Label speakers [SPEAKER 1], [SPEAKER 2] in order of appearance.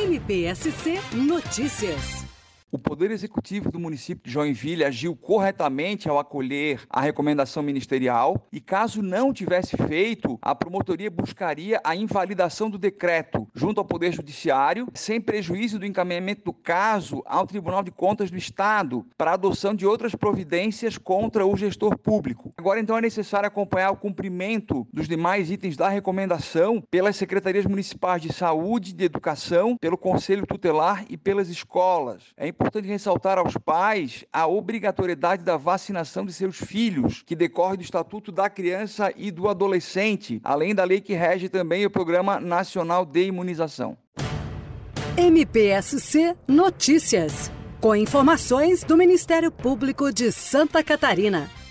[SPEAKER 1] MPSC Notícias.
[SPEAKER 2] O Poder Executivo do município de Joinville agiu corretamente ao acolher a recomendação ministerial e, caso não tivesse feito, a promotoria buscaria a invalidação do decreto junto ao Poder Judiciário, sem prejuízo do encaminhamento do caso ao Tribunal de Contas do Estado para a adoção de outras providências contra o gestor público. Agora, então, é necessário acompanhar o cumprimento dos demais itens da recomendação pelas secretarias municipais de saúde, de educação, pelo Conselho Tutelar e pelas escolas. É importante ressaltar aos pais a obrigatoriedade da vacinação de seus filhos, que decorre do Estatuto da Criança e do Adolescente, além da lei que rege também o Programa Nacional de Imunização.
[SPEAKER 1] MPSC Notícias, com informações do Ministério Público de Santa Catarina.